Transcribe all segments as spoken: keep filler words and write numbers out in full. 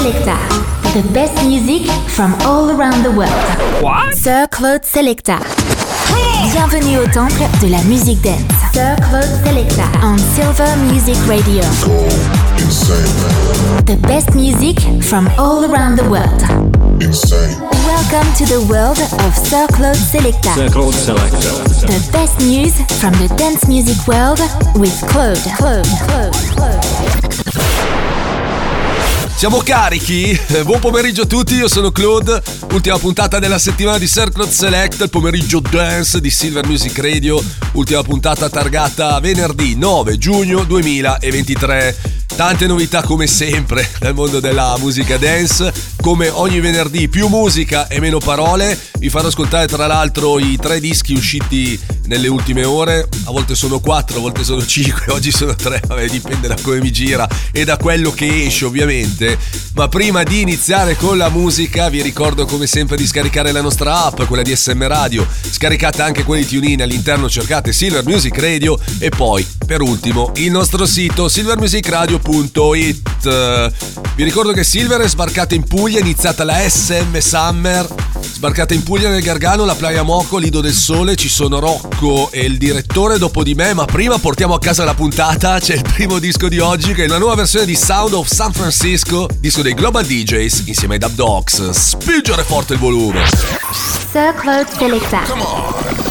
Selecta. The best music from all around the world. What? Sir Claude Selecta. Bienvenue au temple de la musique dance. Sir Claude Selecta on Silver Music Radio. Go insane. The best music from all around the world. Insane. Welcome to the world of Sir Claude Selecta. Sir Claude Selecta. The best news from the dance music world with Claude. Claude. Claude. Claude. Siamo carichi? Eh, buon pomeriggio a tutti, io sono Claude. Ultima puntata della settimana di Sir Claude Select, il pomeriggio dance di Silver Music Radio. Ultima puntata targata venerdì nove giugno duemilaventitré. Tante novità come sempre nel mondo della musica dance. Come ogni venerdì, più musica e meno parole. Vi farò ascoltare tra l'altro i tre dischi usciti nelle ultime ore. A volte sono quattro, a volte sono cinque, oggi sono tre. Vabbè, dipende da come mi gira e da quello che esce ovviamente. Ma prima di iniziare con la musica vi ricordo come sempre di scaricare la nostra app, quella di S M Radio. Scaricate anche quelli di TuneIn, all'interno cercate Silver Music Radio. E poi per ultimo il nostro sito silver music radio punto it. Vi ricordo che Silver è sbarcata in Puglia, è iniziata la S M Summer. Sbarcata in Puglia nel Gargano, la Playa Moco, Lido del Sole. Ci sono Rocco e il direttore dopo di me, ma prima portiamo a casa la puntata. C'è il primo disco di oggi che è una nuova versione di Sound of San Francisco, disco dei Global D Js insieme ai Dub Dogs. Spingere forte il volume. Sir Claude Selecta. Come on.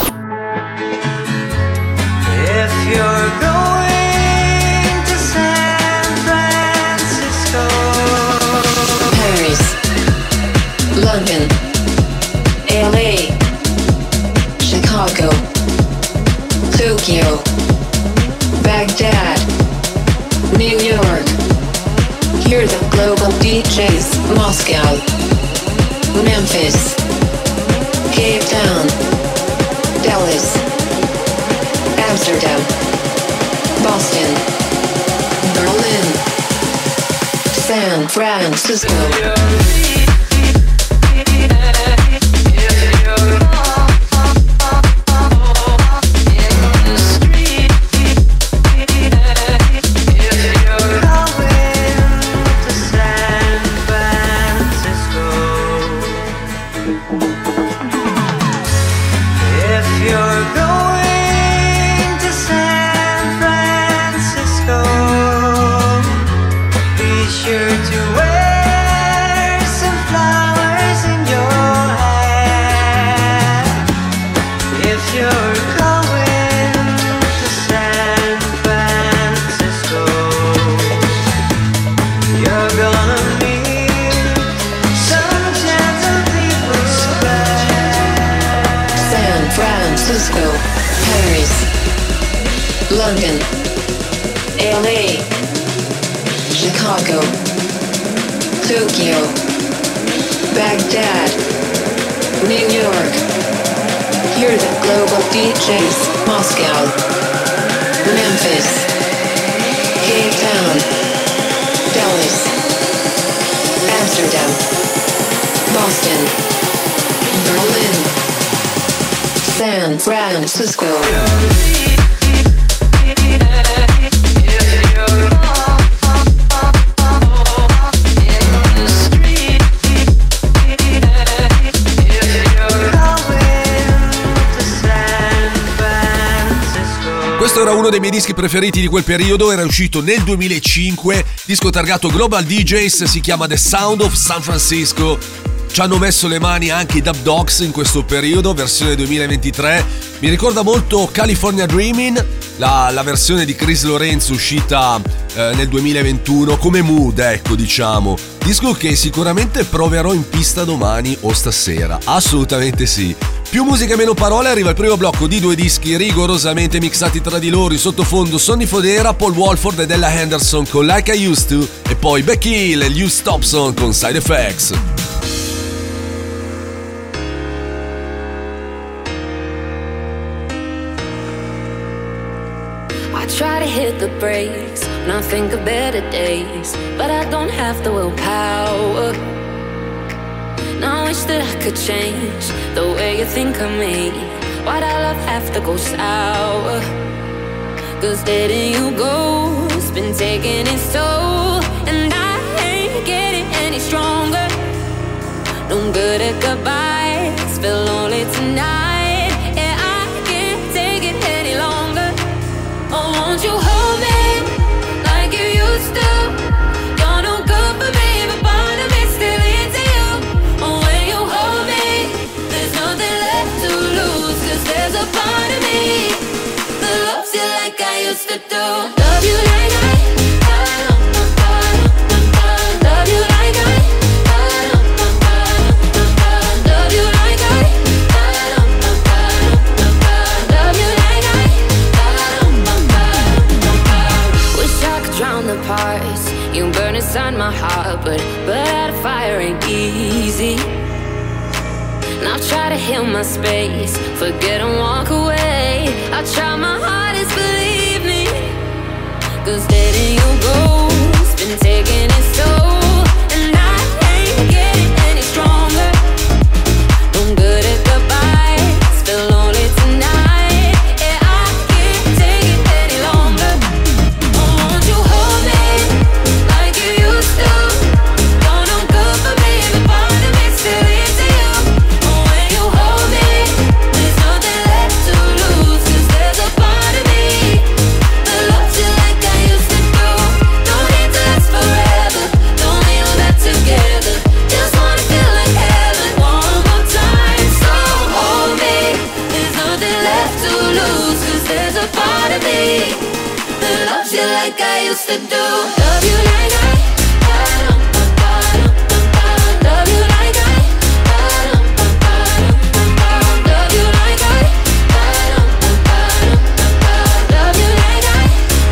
If you're going to San Francisco, Paris, London, L A, Chicago, Tokyo, Baghdad, New York. Hear the global D Js. Moscow, Memphis, Cape Town, Dallas, Amsterdam, Boston, Berlin, San Francisco. London, L A, Chicago, Tokyo, Baghdad, New York. Hear the global D Js. Moscow, Memphis, Cape Town, Dallas, Amsterdam, Boston, Berlin, San Francisco. Questo era uno dei miei dischi preferiti di quel periodo, era uscito nel duemilacinque, disco targato Global D Js, si chiama The Sound of San Francisco. Ci hanno messo le mani anche i Dub Dogs in questo periodo, versione duemilaventitré. Mi ricorda molto California Dreamin', la, la versione di Chris Lorenzo uscita eh, nel duemilaventuno, come mood, ecco, diciamo. Disco che sicuramente proverò in pista domani o stasera, assolutamente sì. Più musica e meno parole, arriva il primo blocco di due dischi rigorosamente mixati tra di loro. In sottofondo Sonny Fodera, Paul Wolford ed Ella Henderson con Like I Used To, e poi Becky Hill e Hugh Thompson con Side Effects. I try to hit the brakes when I think of better days, but I don't have the willpower. Now I wish that I could change the way you think of me. Why'd our love have to go sour? Cause letting you go's been taking its toll, and I ain't getting any stronger. good at goodbyes, feel lonely tonight. Yeah, I can't take it any longer. Oh, won't you hold me like you used to? You're no good for me, but part of me still into you. Oh, when you hold me, there's nothing left to lose, 'cause there's a part of me that loves you like I used to do. Love you like I, love you like I, love you like I, love you like I. Wish I could drown the parts you burn inside my heart, but but out of fire ain't easy. Now try to heal my space, forget and walk away. I try my hardest, believe me, 'cause letting you go's been taking its toll, and I ain't getting any stronger. I'm good at goodbyes, feel lonely tonight. Yeah, I can't take it any longer. Oh, won't you hold me like you used to? You're no good for me, but part of me still into you. Oh, when you hold me, there's nothing left to lose, 'cause there's a part of me that loves you like I used to do. Don't need to last forever, don't need all that together. Just wanna feel like heaven one more time. So hold me, there's nothing left to lose, 'cause there's a part of me that loves you like I used to do. Love you like I, love you like I, love you like I, love you like I.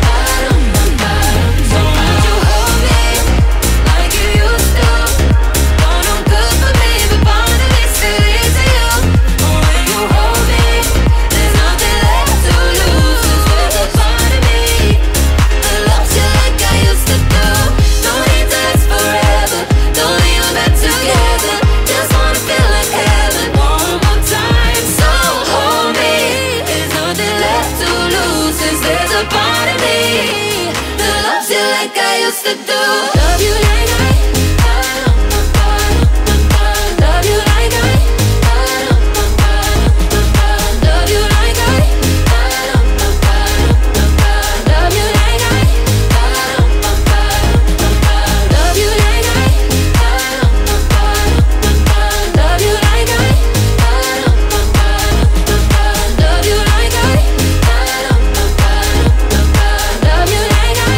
So won't you hold me like you used to? You're no good for me, but part of me still is you. Oh, when you hold me, there's nothing left to lose, 'cause there's a part of me that loves you like I used to do. Don't need to last forever, don't need all that together. Just wanna feel like heaven one more time. So hold me, there's nothing left to lose, 'cause there's a part of me that loves you like I used to do. Love you like I, love you like I, love you like I, love you like I, love you like I, love you like I, love you like I, love you like I.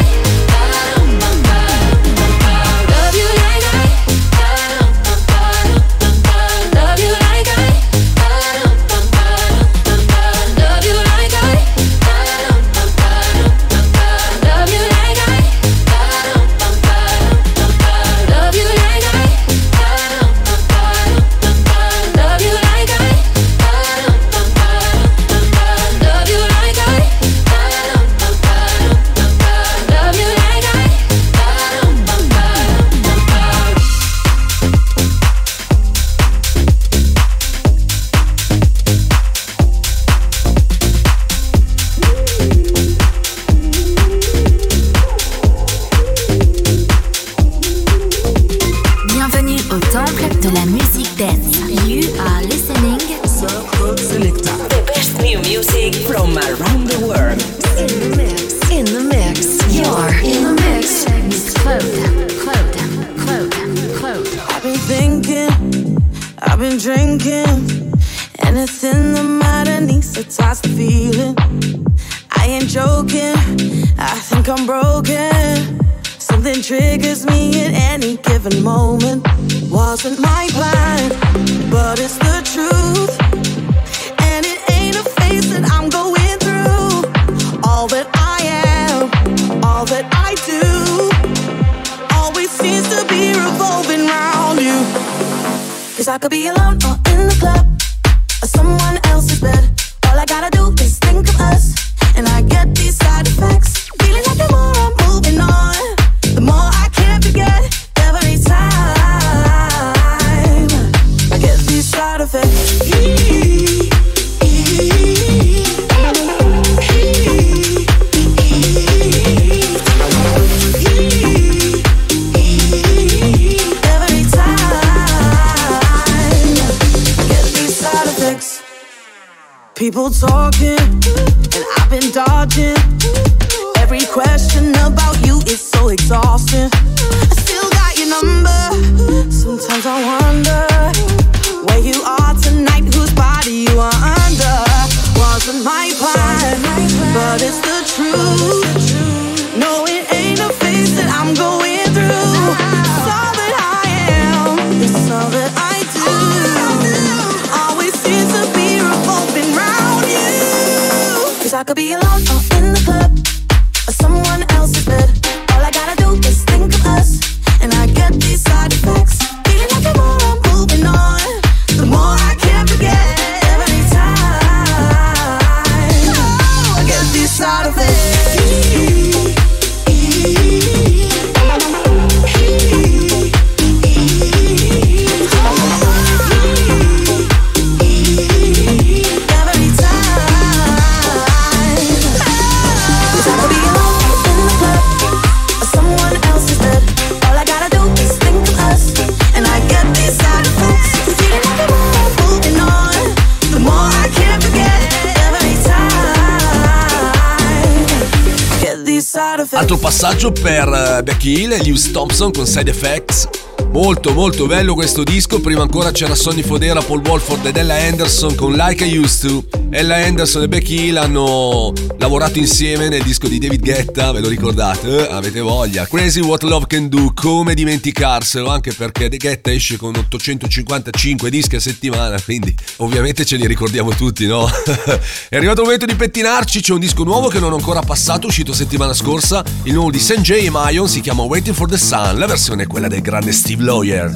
I could be alone or in the club or someone else's bed. All I gotta do is think of us, and I get these side effects. Feeling like the more I'm moving on, the more I can't forget. Every time I get these side effects. Every time People talking, and I've been dodging. Every question about you is so exhausting. I still got your number. Sometimes I wonder where you are tonight, whose body you are under. Wasn't my plan, but it's the truth. No, it ain't a phase that I'm going through. It's all that I am, it's all that I do. Always seems to be revolving round you. Cause I could be alone or in the club, or someone else's bed. All I gotta do is think of us, and I get these side effects. Feeling like the more I'm moving on, the more I can't forget. Every time, oh, I get these side effects. Altro passaggio per Becky Hill e Lewis Thompson con Side Effects. Molto molto bello questo disco. Prima ancora c'era Sonny Fodera, Paul Wolford ed Ella Henderson con Like I Used To. Ella Henderson e Becky Hill hanno lavorato insieme nel disco di David Guetta, ve lo ricordate? Eh? Avete voglia. Crazy What Love Can Do, come dimenticarselo, anche perché Guetta esce con ottocentocinquantacinque dischi a settimana, quindi ovviamente ce li ricordiamo tutti, no? È arrivato il momento di pettinarci, c'è un disco nuovo che non ho ancora passato, uscito settimana scorsa, il nuovo di Sanjay e Mayon, si chiama Waiting for the Sun, la versione è quella del grande Steve Lawyer.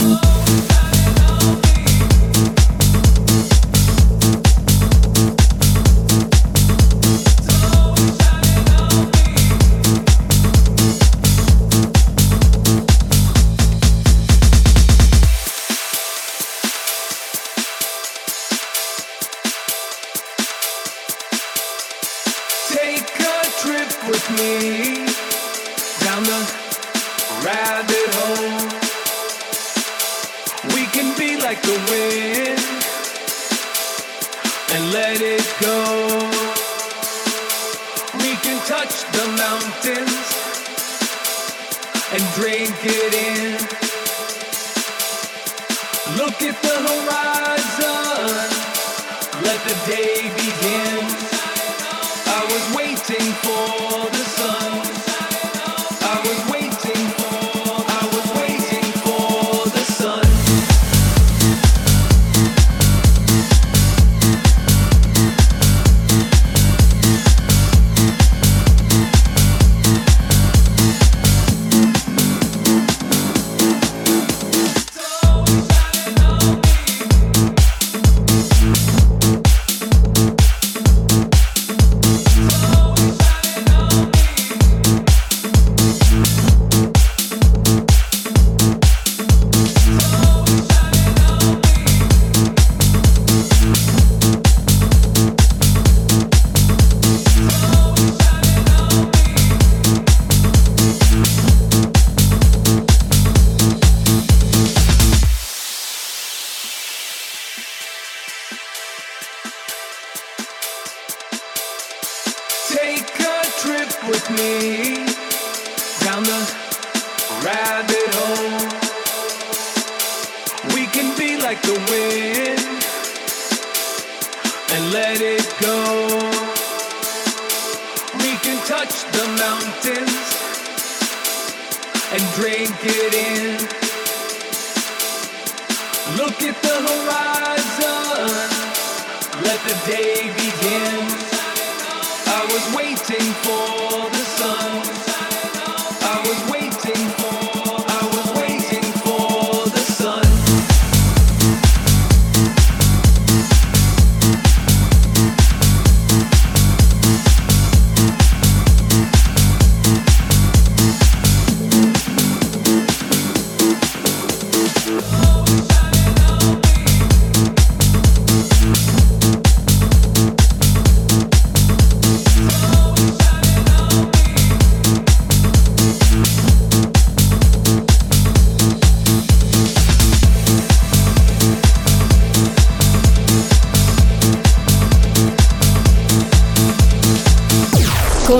Oh,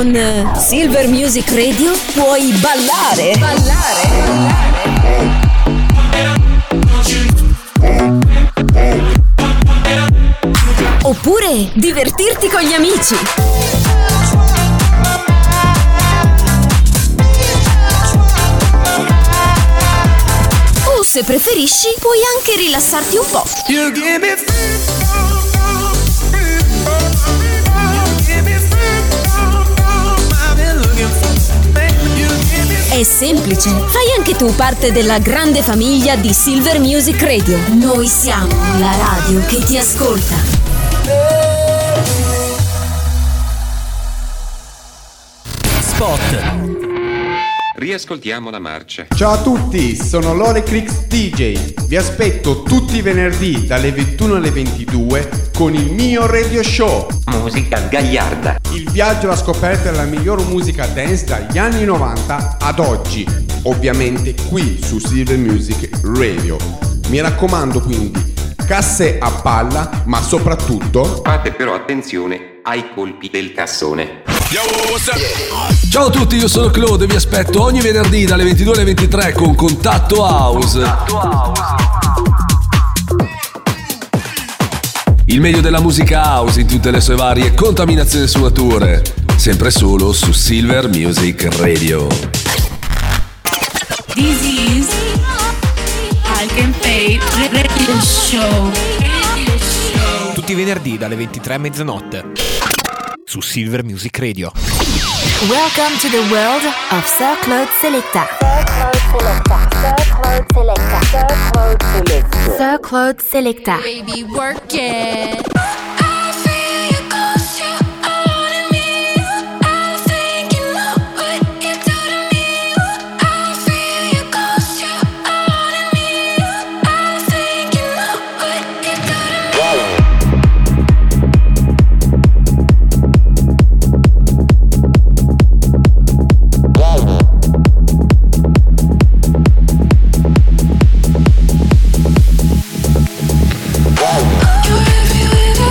Con Silver Music Radio puoi ballare. Ballare. Oppure divertirti con gli amici. O se preferisci puoi anche rilassarti un po'. È semplice, fai anche tu parte della grande famiglia di Silver Music Radio. Noi siamo la radio che ti ascolta. Spot. Riascoltiamo la marcia. Ciao a tutti, sono Lore Crix D J. Vi aspetto tutti i venerdì dalle ventuno alle ventidue con il mio radio show. Musica gagliarda. Il viaggio alla scoperta della miglior musica dance dagli anni novanta ad oggi. Ovviamente qui su Silver Music Radio. Mi raccomando quindi, casse a palla, ma soprattutto fate però attenzione ai colpi del cassone. Ciao a tutti, io sono Claude e vi aspetto ogni venerdì dalle ventidue alle ventitré con Contatto House. Contatto House. Il meglio della musica house in tutte le sue varie contaminazioni e sfumature. Sempre solo su Silver Music Radio. This is Hulk and Fate Radio Show. Tutti i venerdì dalle ventitré a mezzanotte su Silver Music Radio. Welcome to the world of Sir Claude Selecta. Sir Claude Selecta. Sir Claude Selecta. Sir Claude Selecta. Baby, work it. You're everywhere.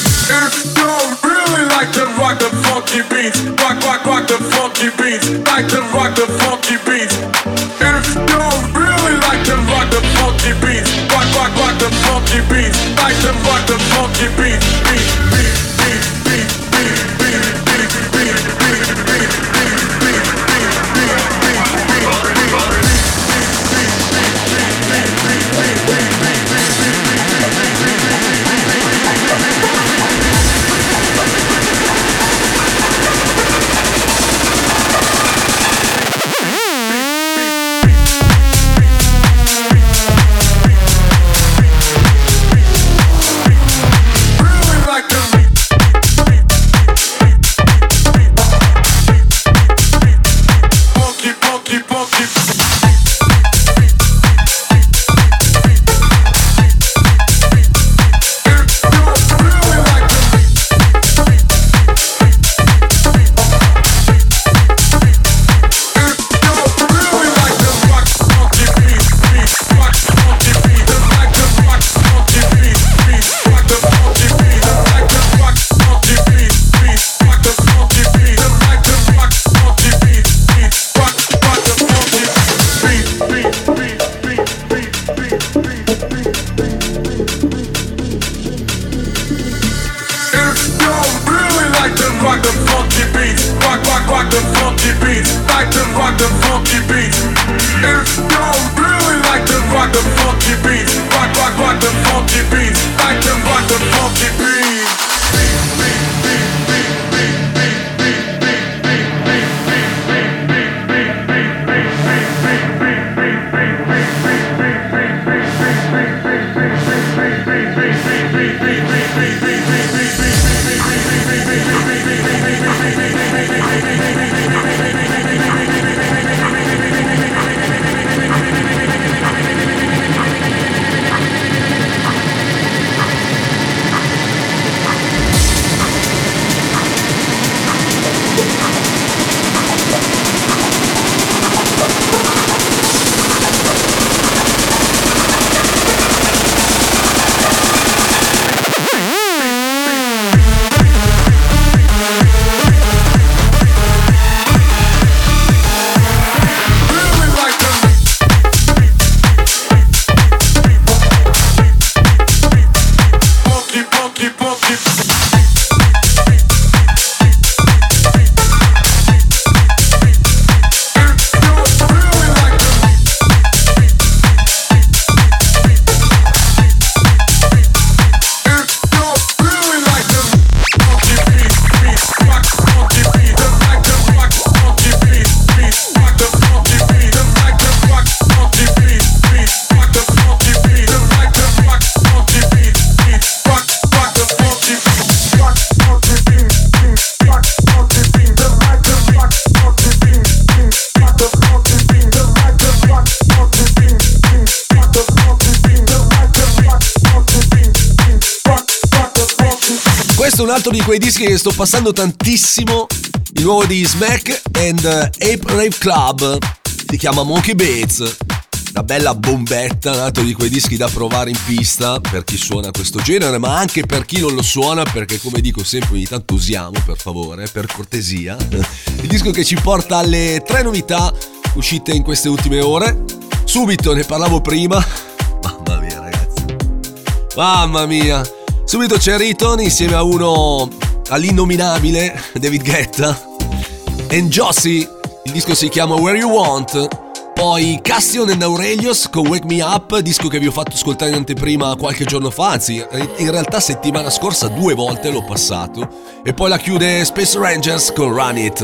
If you really like to rock the funky beats, rock, rock, rock the funky beats, like to rock the funky beats. If you really like to rock the funky beats, rock, rock, rock the funky beats, like to rock the funky beats, beat, beat, beat, beat, beat, beat, beat, beat, beat, beat, beat, Un altro di quei dischi che sto passando tantissimo, il nuovo di Smack and Ape Rave Club, si chiama Monkey Beats, una bella bombetta, un altro di quei dischi da provare in pista per chi suona questo genere, ma anche per chi non lo suona, perché come dico sempre ogni tanto usiamo, per favore, per cortesia, il disco che ci porta alle tre novità uscite in queste ultime ore. Subito, ne parlavo prima, mamma mia ragazzi, mamma mia. Subito c'è Riton insieme a uno, all'innominabile David Guetta, and Josie, il disco si chiama Where You Want. Poi Castion and Aurelius con Wake Me Up, disco che vi ho fatto ascoltare in anteprima qualche giorno fa, anzi in realtà settimana scorsa due volte l'ho passato. E poi la chiude Space Rangers con Run It.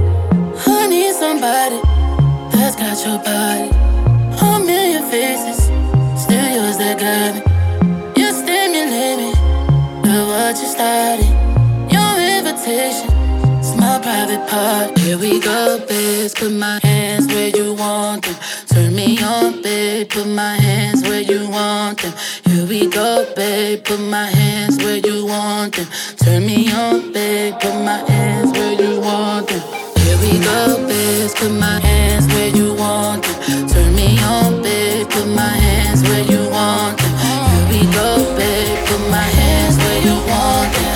I need somebody that's got your body, a million faces, still yours that got me. You stimulate me, look what you started. Your invitation, it's my private part. Here we go, babe, put my hands where you want them. Turn me on, babe, put my hands where you want them. Here we go, babe, put my hands where you want them. Turn me on, babe, put my hands where you want them. Here we go, babe, put my hands where you want them. Turn me on, babe, put my hands where you want them. Here we go, babe, put my hands where you want them.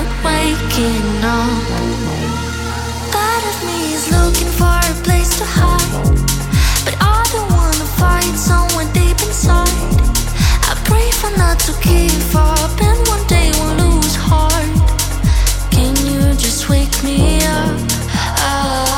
not waking up. Part of me is looking for a place to hide, but I don't wanna fight someone deep inside. I pray for not to give up, and one day we'll lose heart. Can you just wake me up? Ah.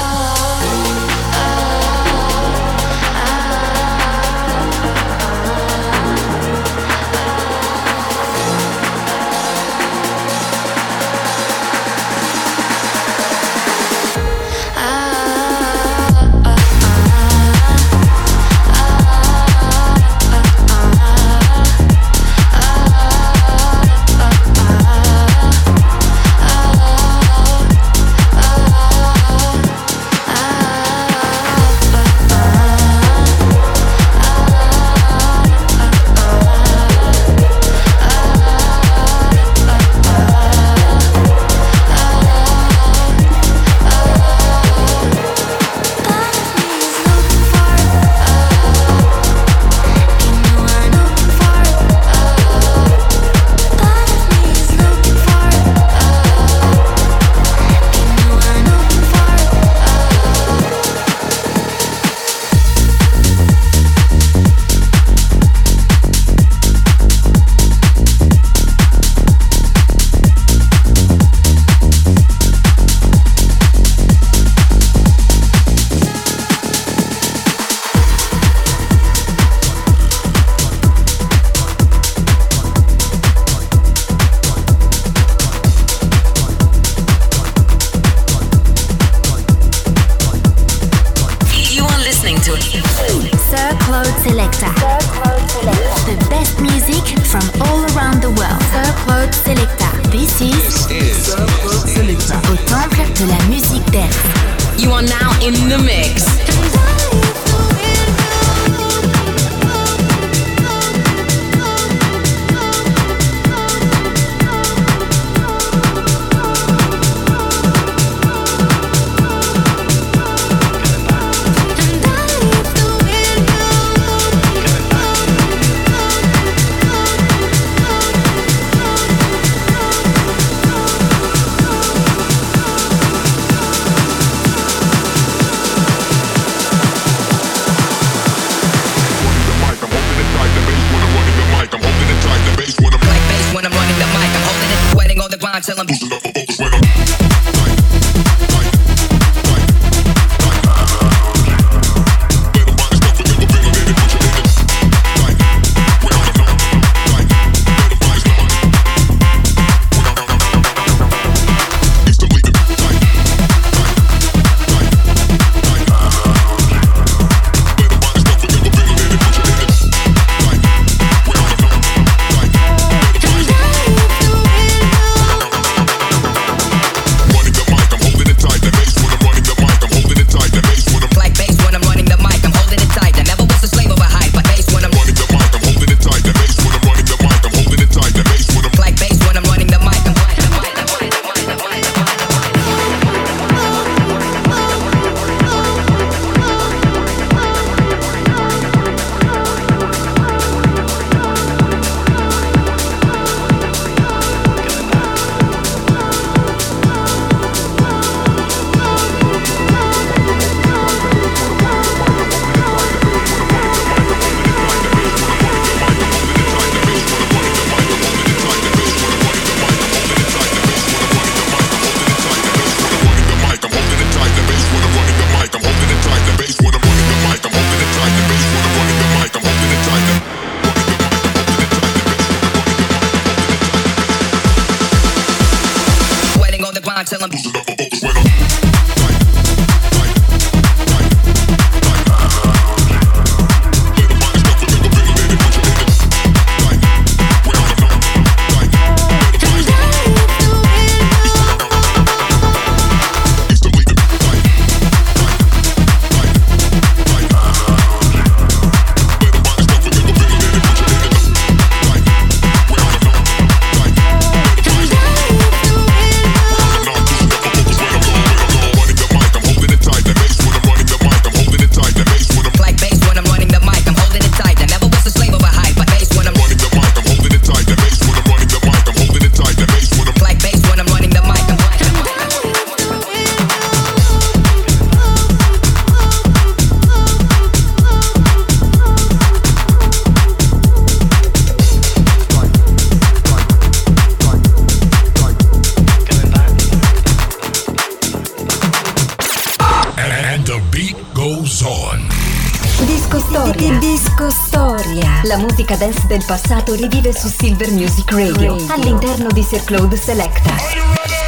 storia. La musica dance del passato rivive su Silver Music Radio, Radio. all'interno di Sir Claude Selecta.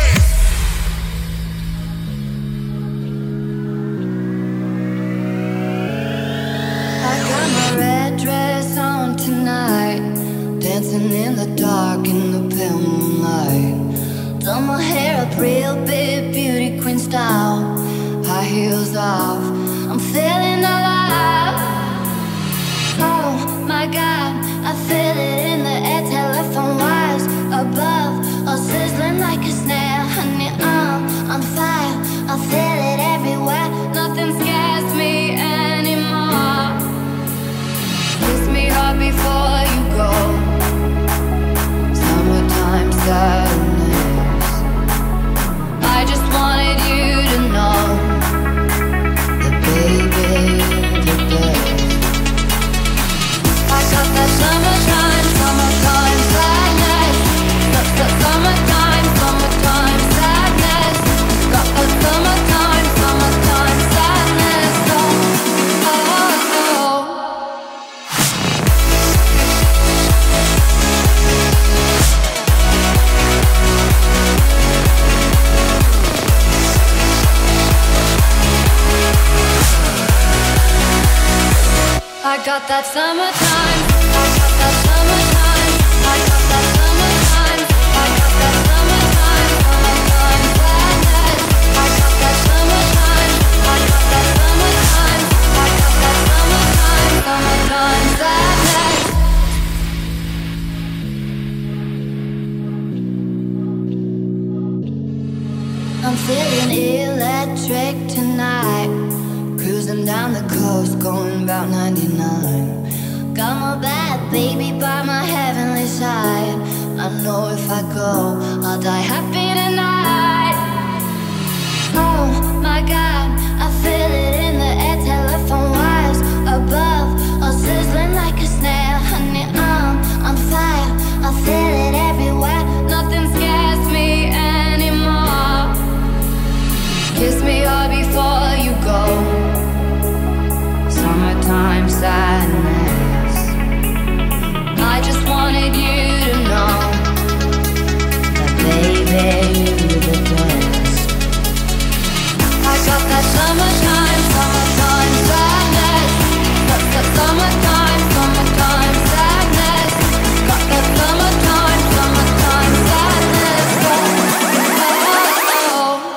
Dancing in the dark in the pale moonlight. Done my hair up real big, beauty queen style. High heels off, I'm feeling alive. Oh my God, I feel it in the air. Telephone wires above, all sizzling like a snare. Honey, I'm on fire, I feel it everywhere. Nothing scares me anymore. Kiss me hard before you go. Summertime sadness. I just wanted you to know that baby, you're the best. I got that summertime, summertime sadness. That's the summertime, summertime sadness. Got that summertime, summertime sadness. Oh, oh, oh. I got that summertime, I got that summertime, I got that summertime, I got that summertime, summertime sadness. I got that summertime, I got that summertime, I got that summertime, summertime sadness. I'm feeling electric tonight. Cruising down the coast, going about ninety-nine. Got my bad baby by my heavenly side. I know if I go, I'll die happy tonight. Oh my God, I feel it in the air. Telephone wires above, all sizzling like a snare. Honey, I'm on fire, I feel it everywhere. Nothing scares me anymore. Kiss me hard before you go. Summertime sadness. I just wanted you to know that baby, you're the best. I got that summertime, summertime sadness. That's the summertime, summertime sadness. Got that summertime, summertime sadness. Oh, oh, oh.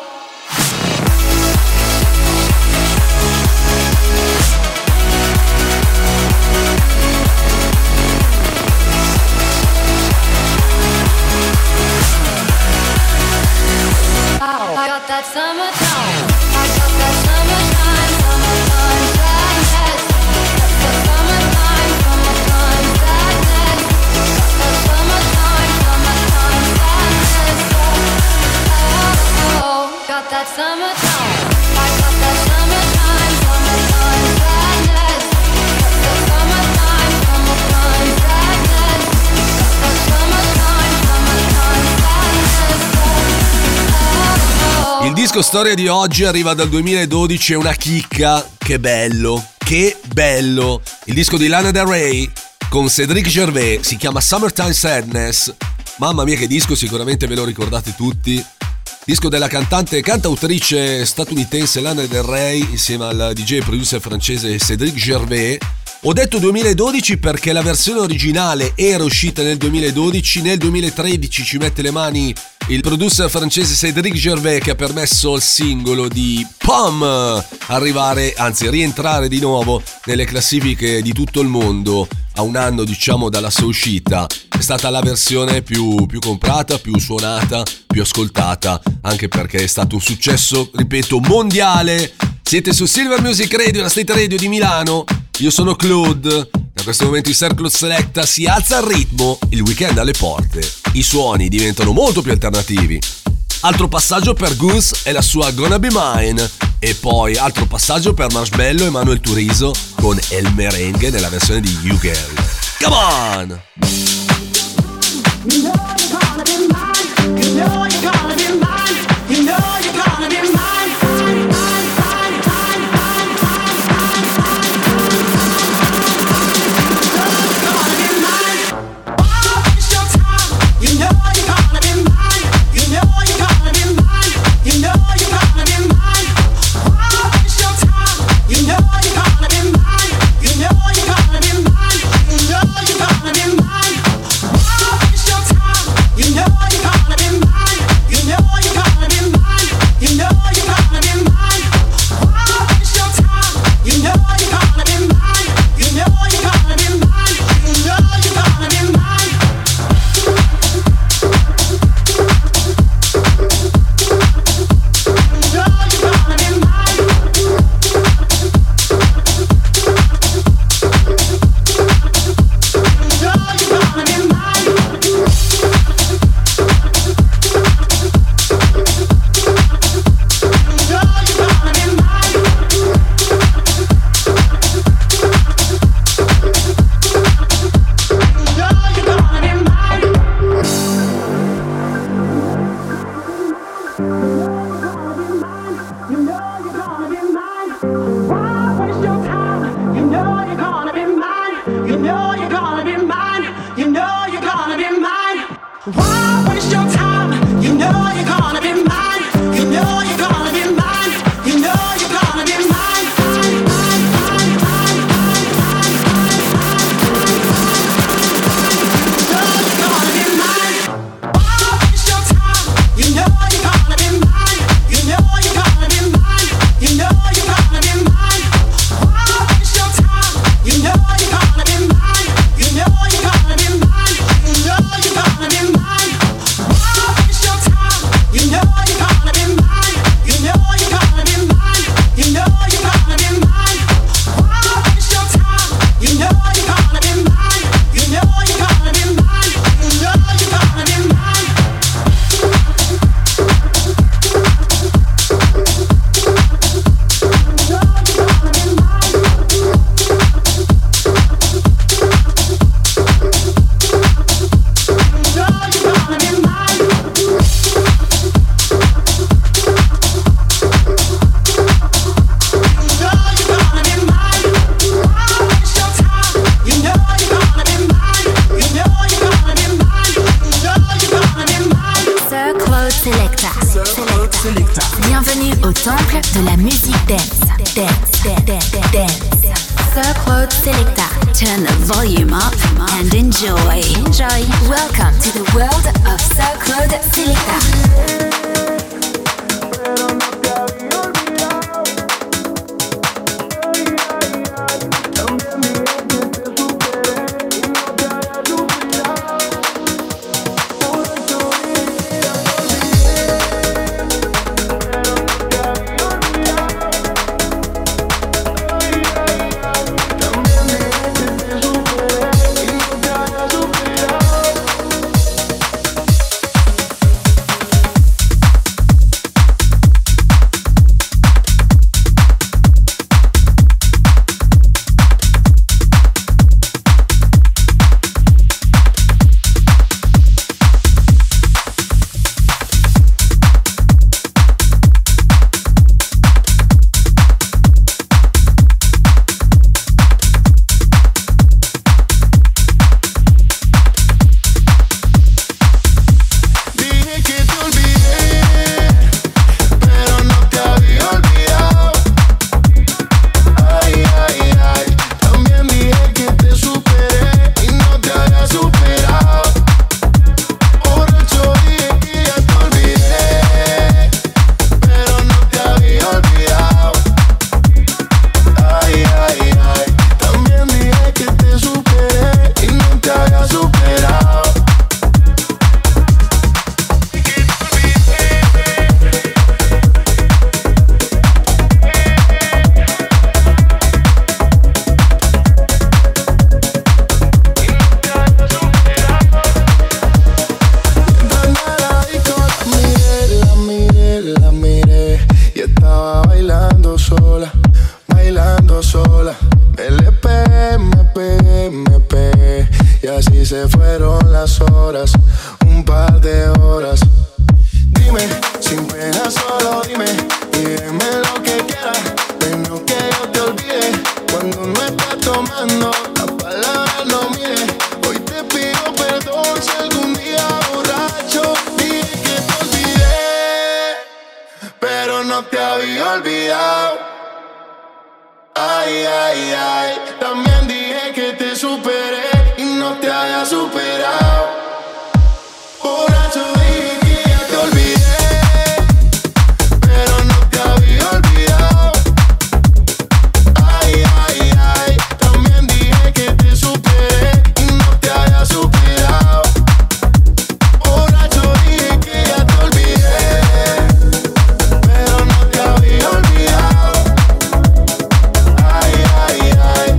I got that summertime, I got that summertime, summertime sadness. That's the summertime, summertime sadness. Got that summertime, summertime sadness. Oh, oh, oh. Got that summertime, I got that summertime, summertime sadness. That's the summertime, summertime sadness. Got that summertime, summertime sadness. Il disco storia di oggi arriva dal duemiladodici, è una chicca, che bello, che bello. Il disco di Lana Del Rey con Cédric Gervais si chiama Summertime Sadness. Mamma mia che disco, sicuramente ve lo ricordate tutti. Disco della cantante e cantautrice statunitense Lana Del Rey insieme al D J e producer francese Cédric Gervais. Ho detto duemiladodici perché la versione originale era uscita nel duemiladodici, nel duemilatredici ci mette le mani il producer francese Cédric Gervais, che ha permesso al singolo di Pom arrivare, anzi rientrare di nuovo nelle classifiche di tutto il mondo a un anno diciamo dalla sua uscita. È stata la versione più, più comprata, più suonata, più ascoltata, anche perché è stato un successo, ripeto, mondiale. Siete su Silver Music Radio, la State Radio di Milano. Io sono Claude. Da questo momento il Sir Claude Selecta si alza al ritmo, il weekend alle porte. I suoni diventano molto più alternativi. Altro passaggio per Goose e la sua Gonna Be Mine. E poi altro passaggio per Marshmello e Manuel Turizo con El Merengue nella versione di You Girl. Come on! You know you're gonna be mine. You know you're gonna be mine. You know you're gonna be mine. Mine, mine, mine, mine, mine, mine, mine, mine. Bienvenue au temple de la musique dance. Dance, dance, dance, dance. Sir Claude Selecta. Turn the volume up and enjoy. Enjoy. Welcome to the world of Sir Claude Selecta. Ay, ay, ay.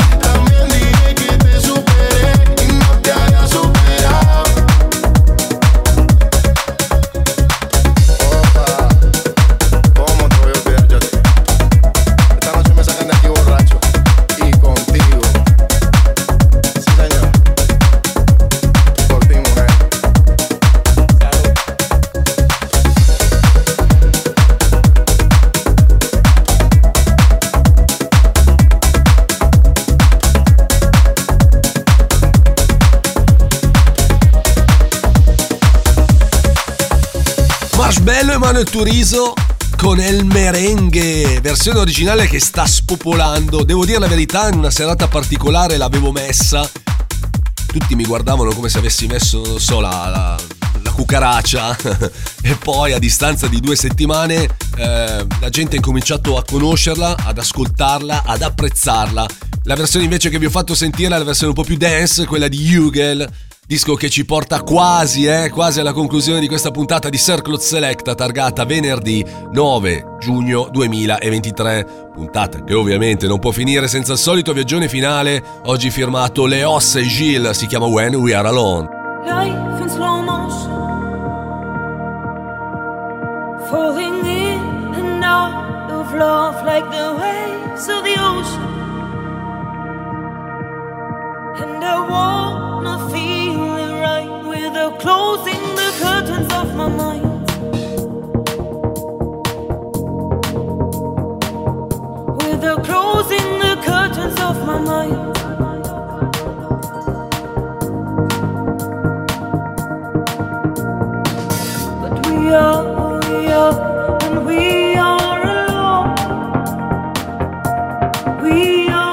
Marshmello e Manuel Turizo con El Merengue, versione originale che sta spopolando. Devo dire la verità, in una serata particolare l'avevo messa, tutti mi guardavano come se avessi messo, non so, la, la, la cucaraccia e poi a distanza di due settimane eh, la gente ha incominciato a conoscerla, ad ascoltarla, ad apprezzarla. La versione invece che vi ho fatto sentire è la versione un po' più dance, quella di Hugel, disco che ci porta quasi, eh, quasi alla conclusione di questa puntata di Circle Selecta, targata venerdì nove giugno duemilaventitré. Puntata che ovviamente non può finire senza il solito viaggione finale, oggi firmato Leos e Gilles, si chiama When We Are Alone. Life in slow motion, falling in and out of love like the waves of the ocean. And I wanna feel it right without closing the curtains of my mind. Without closing the curtains of my mind. But we are, we are, and we are alone. We are.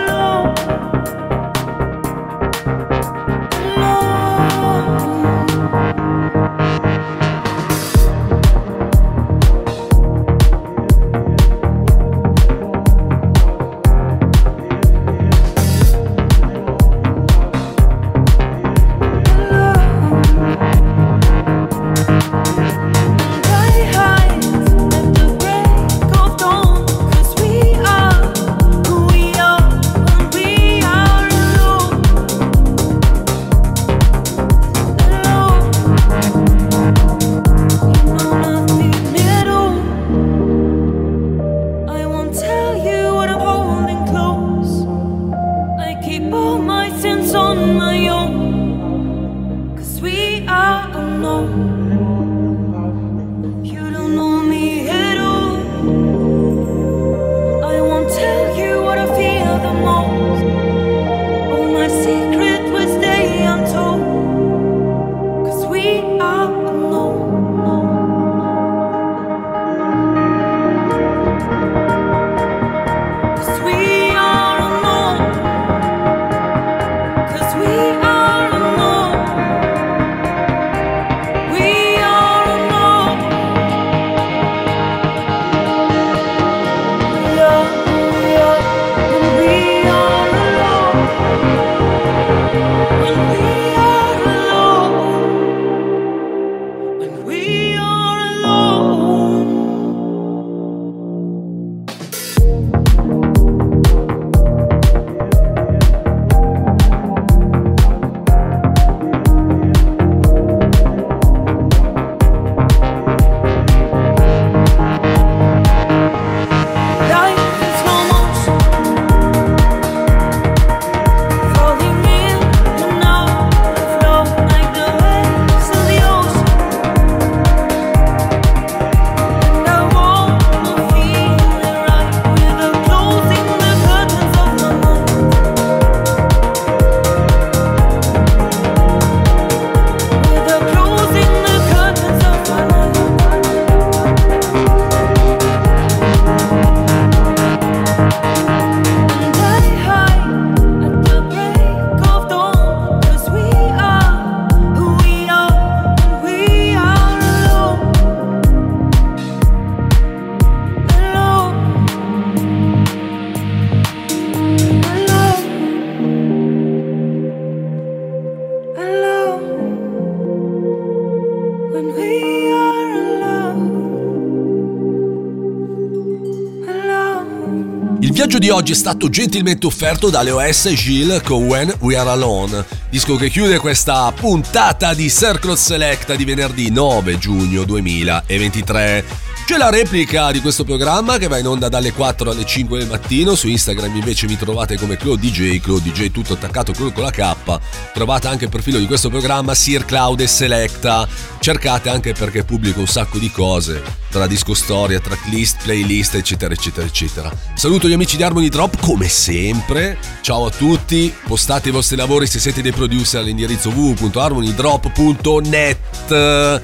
Il viaggio di oggi è stato gentilmente offerto da Leos e Gilles con When We Are Alone, disco che chiude questa puntata di Circle Selecta di venerdì nove giugno duemilaventitré. C'è la replica di questo programma che va in onda dalle quattro alle cinque del mattino. Su Instagram invece mi trovate come Claude D J, Claude D J tutto attaccato, Claude con la K. Trovate anche il profilo di questo programma Sir Cloud e Selecta. Cercate anche perché pubblico un sacco di cose, tra disco storia, tracklist, playlist, eccetera eccetera eccetera. Saluto gli amici di Harmony Drop come sempre. Ciao a tutti, postate i vostri lavori se siete dei producer all'indirizzo w w w punto harmony drop punto net.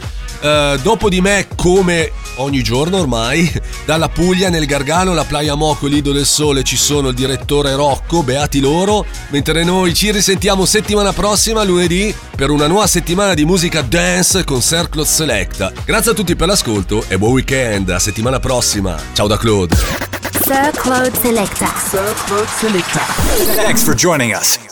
eh, dopo di me, come ogni giorno ormai, dalla Puglia nel Gargano, la Playa Moco, Lido del Sole, ci sono il direttore Rocco, beati loro, mentre noi ci risentiamo settimana prossima, lunedì, per una nuova settimana di musica dance con Circle Selecta. Grazie a tutti per l'ascolto e buon weekend, a settimana prossima. Ciao da Claude. Sir Claude Selecta. Sir Claude Selecta. Thanks for joining us.